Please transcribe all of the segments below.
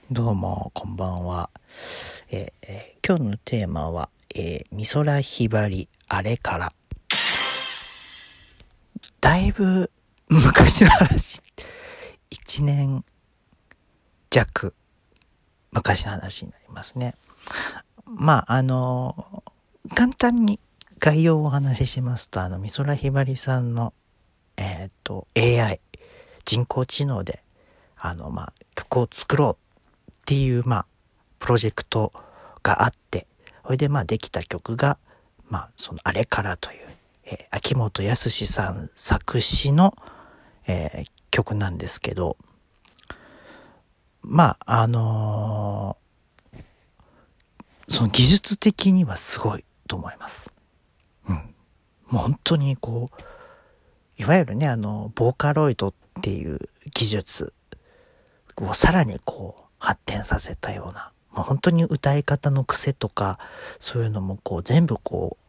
どうもこんばんは。今日のテーマは、美空ひばりあれから。だいぶ昔の話、1年弱昔の話になりますね。簡単に概要をお話ししますと、美空ひばりさんのAI 人工知能で曲を作ろうっていうプロジェクトがあって、それでできた曲がそのあれからという、秋元康さん作詞の、曲なんですけど、その技術的にはすごいと思います。もう本当にいわゆるねボーカロイドっていう技術をさらに発展させたような、もう本当に歌い方の癖とかそういうのも全部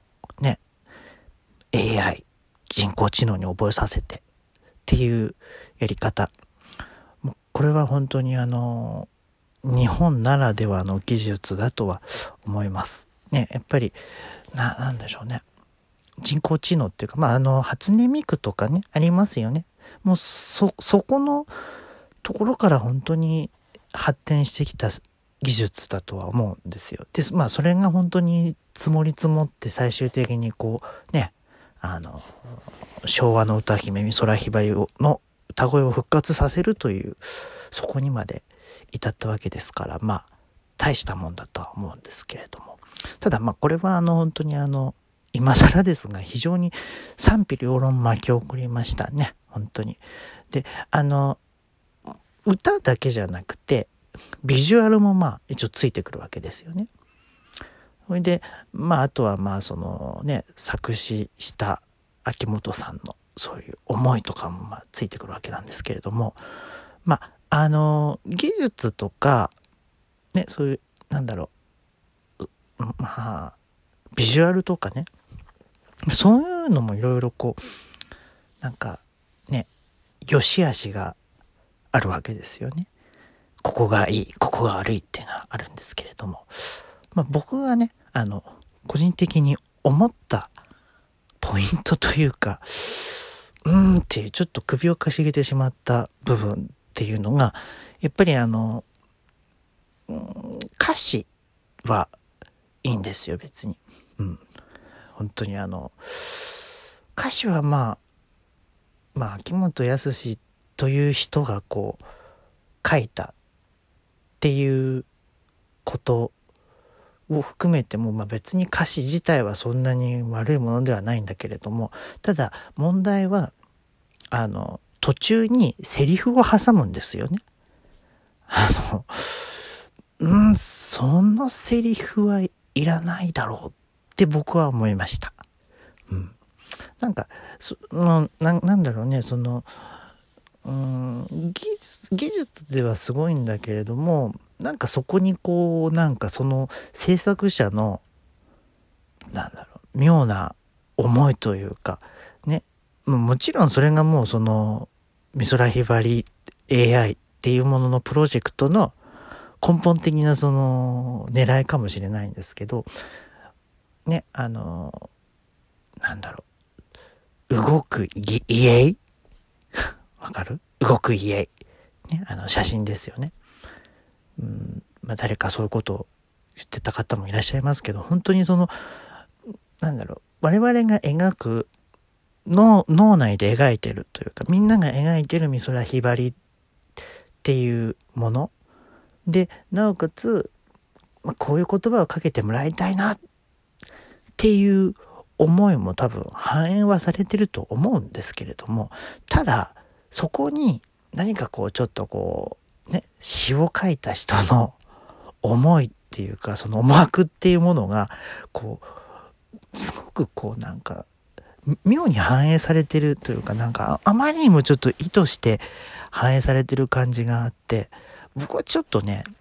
AI 人工知能に覚えさせてっていうやり方、もうこれは本当に日本ならではの技術だとは思いますね。やっぱりなんでしょうね、人工知能っていうか初音ミクとかねありますよね。もうそこのところから本当に発展してきた技術だとは思うんですよ。でそれが本当に積もり積もって最終的に昭和の歌姫美空ひばりの歌声を復活させるという、そこにまで至ったわけですから、大したもんだとは思うんですけれども、ただこれは本当に今更ですが非常に賛否両論巻き起こりましたね、本当に。で歌だけじゃなくてビジュアルも一応ついてくるわけですよね。それであとはそのね作詞した秋元さんのそういう思いとかもついてくるわけなんですけれども、技術とかね、そういうビジュアルとかね、そういうのもいろいろ良し悪しがあるわけですよね。ここがいい、ここが悪いっていうのはあるんですけれども、僕がね個人的に思ったポイントというか、っていうちょっと首をかしげてしまった部分っていうのが、やっぱり歌詞はいいんですよ別に。本当に歌詞は秋元康という人が書いたっていうことを含めても別に歌詞自体はそんなに悪いものではないんだけれども、ただ問題は途中にセリフを挟むんですよね。そのセリフはいらないだろうって僕は思いました。なんだろうね、技術ではすごいんだけれども、そこにその制作者の妙な思いというかね、もちろんそれがもうその美空ひばり AI っていうもののプロジェクトの根本的なその狙いかもしれないんですけどね、動く家わかる？動く家ね、写真ですよね。誰かそういうことを言ってた方もいらっしゃいますけど、本当に我々が描く脳内で描いてるというか、みんなが描いてる美空ひばりっていうもので、なおかつこういう言葉をかけてもらいたいなっていう思いも多分反映はされてると思うんですけれども、ただそこに何かちょっと詩を書いた人の思いっていうか、その思惑っていうものがすごく妙に反映されてるというか、あまりにもちょっと意図して反映されてる感じがあって、僕はちょっとね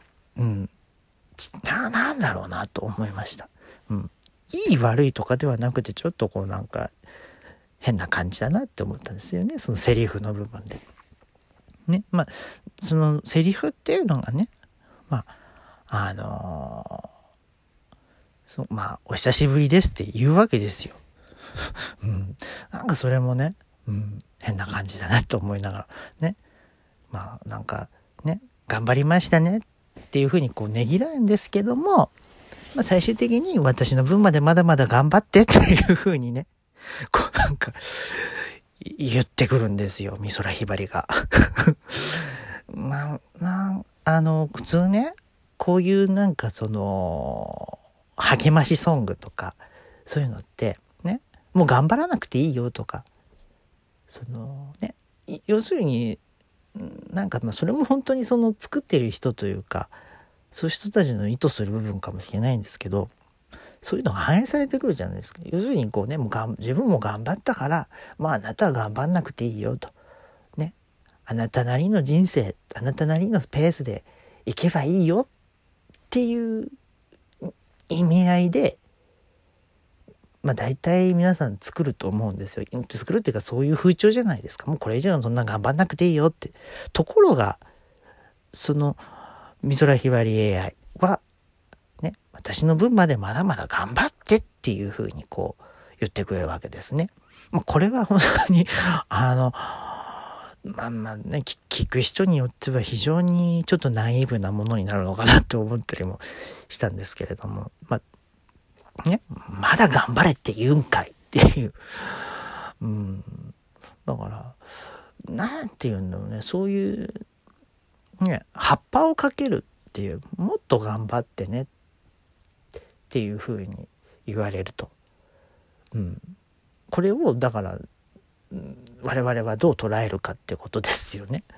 なんだろうなと思いました。いい悪いとかではなくて、ちょっと変な感じだなって思ったんですよね、そのセリフの部分でね。そのセリフっていうのがね、 まあお久しぶりですって言うわけですよ。うん、なんかそれもね、変な感じだなと思いながらね、なんかね、頑張りましたねっていうふうにこうねぎらうんですけども、最終的に私の分までまだまだ頑張ってっていうふうにね、こうなんか言ってくるんですよ、美空ひばりが。普通ね、こういうなんか励ましソングとか、そういうのって、ね、もう頑張らなくていいよとか、要するに、それも本当に作ってる人というか、そういう人たちの意図する部分かもしれないんですけど、そういうのが反映されてくるじゃないですか。要するにこうね、自分も頑張ったから、あなたは頑張んなくていいよと。ね。あなたなりの人生、あなたなりのペースで行けばいいよっていう意味合いで、大体皆さん作ると思うんですよ。作るっていうかそういう風潮じゃないですか。もうこれ以上そんな頑張んなくていいよって。ところが、美空ひばり AI は、ね、私の分までまだまだ頑張ってっていう風にこう言ってくれるわけですね。これは本当に、聞く人によっては非常にちょっとナイーブなものになるのかなって思ったりもしたんですけれども、まだ頑張れって言うんかいっていう。だから、なんて言うんだろうね、そういう、ね、葉っぱをかけるっていう、もっと頑張ってねっていう風に言われると。これを、だから、我々はどう捉えるかってことですよね。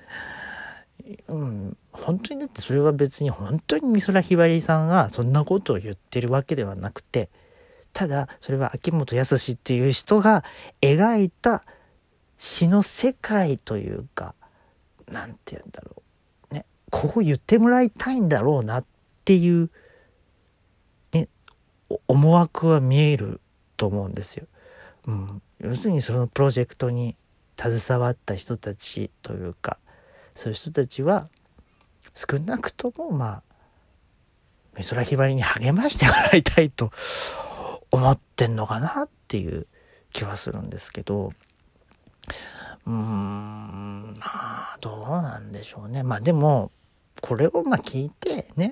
本当にだってそれは別に本当に美空ひばりさんがそんなことを言ってるわけではなくて、ただそれは秋元康っていう人が描いた詩の世界というか、なんて言うんだろうね、こう言ってもらいたいんだろうなっていう、ね、思惑は見えると思うんですよ。要するにそのプロジェクトに携わった人たちというか、そういう人たちは少なくとも美空ひばりに励ましてもらいたいと思ってんのかなっていう気はするんですけど、どうなんでしょうね。でもこれを聞いてね、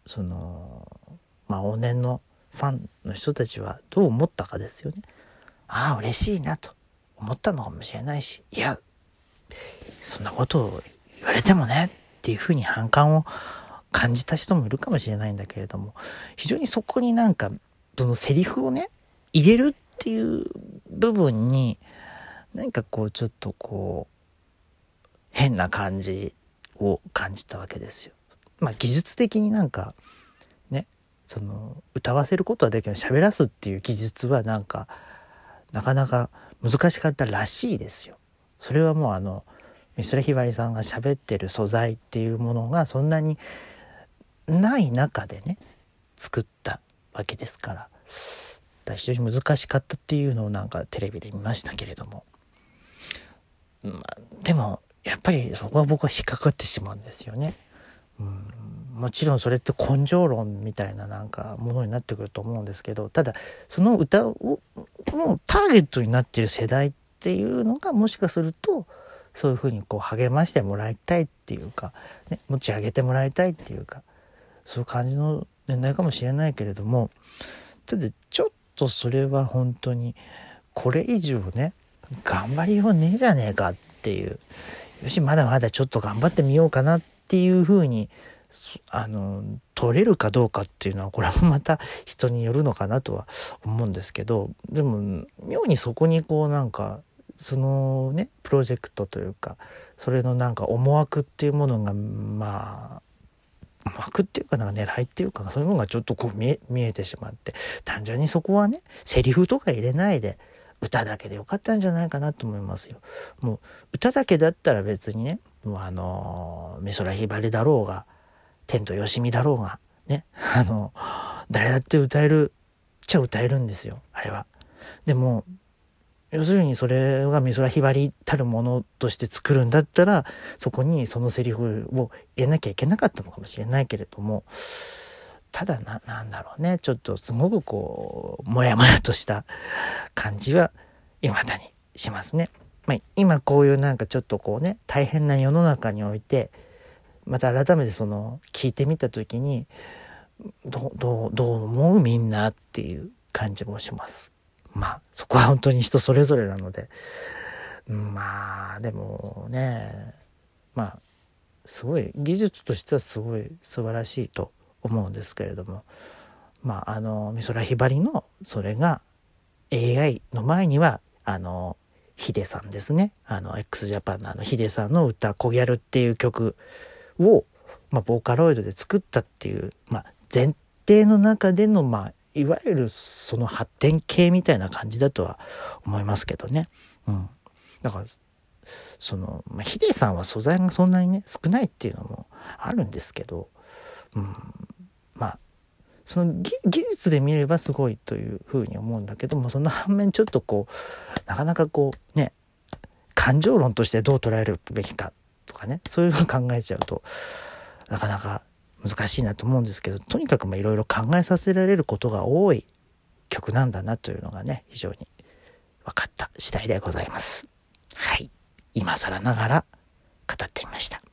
往年のファンの人たちはどう思ったかですよね。嬉しいなと思ったのかもしれないし、いやそんなことを言われてもねっていうふうに反感を感じた人もいるかもしれないんだけれども、非常にそこにそのセリフをね入れるっていう部分にちょっと変な感じを感じたわけですよ。技術的にね、歌わせることはできない、喋らすっていう技術はなかなか難しかったらしいですよ。それはもう美空ひばりさんが喋ってる素材っていうものがそんなにない中でね作ったわけですから、非常に難しかったっていうのをテレビで見ましたけれども、でもやっぱりそこは僕は引っかかってしまうんですよね。もちろんそれって根性論みたいなものになってくると思うんですけど、ただその歌をターゲットになっている世代っていうのがもしかするとそういうふうに励ましてもらいたいっていうか、ね、持ち上げてもらいたいっていうか、そういう感じの年代かもしれないけれども、ただちょっとそれは本当にこれ以上ね頑張りようねえじゃねえかっていう、よしまだまだちょっと頑張ってみようかなっていうふうに取れるかどうかっていうのはこれもまた人によるのかなとは思うんですけど、でも妙にそこにそのねプロジェクトというかそれの思惑っていうものが思惑っていうか狙いっていうかそういうのがちょっと見えてしまって、単純にそこはねセリフとか入れないで歌だけでよかったんじゃないかなと思いますよ。もう歌だけだったら別にね、もう美空ひばりだろうが天童よしみだろうがね、誰だって歌えるっちゃ歌えるんですよ、あれは。でも要するにそれが美空ひばりたるものとして作るんだったら、そこにそのセリフを入れなきゃいけなかったのかもしれないけれども、ただなんだろうね、ちょっとすごくこう、もやもやとした感じは未だにしますね。今こういうなんかちょっとこうね、大変な世の中において、また改めてその聞いてみたときに、どう思うみんなっていう感じもします。そこは本当に人それぞれなので、でもね、すごい技術としてはすごい素晴らしいと思うんですけれども、美空ひばりのそれが AI の前にはヒデさんですね、x ジャパンのヒデさんの歌コギャルっていう曲をボーカロイドで作ったっていう前提の中でのいわゆるその発展系みたいな感じだとは思いますけどね。だからそのヒデさんは素材がそんなにね少ないっていうのもあるんですけど、その技術で見ればすごいというふうに思うんだけども、その反面ちょっとこうなかなかこうね、感情論としてどう捉えるべきかとかね、そういうふうに考えちゃうとなかなか難しいなと思うんですけど、とにかくいろいろ考えさせられることが多い曲なんだなというのがね、非常に分かった次第でございます。はい。今更ながら語ってみました。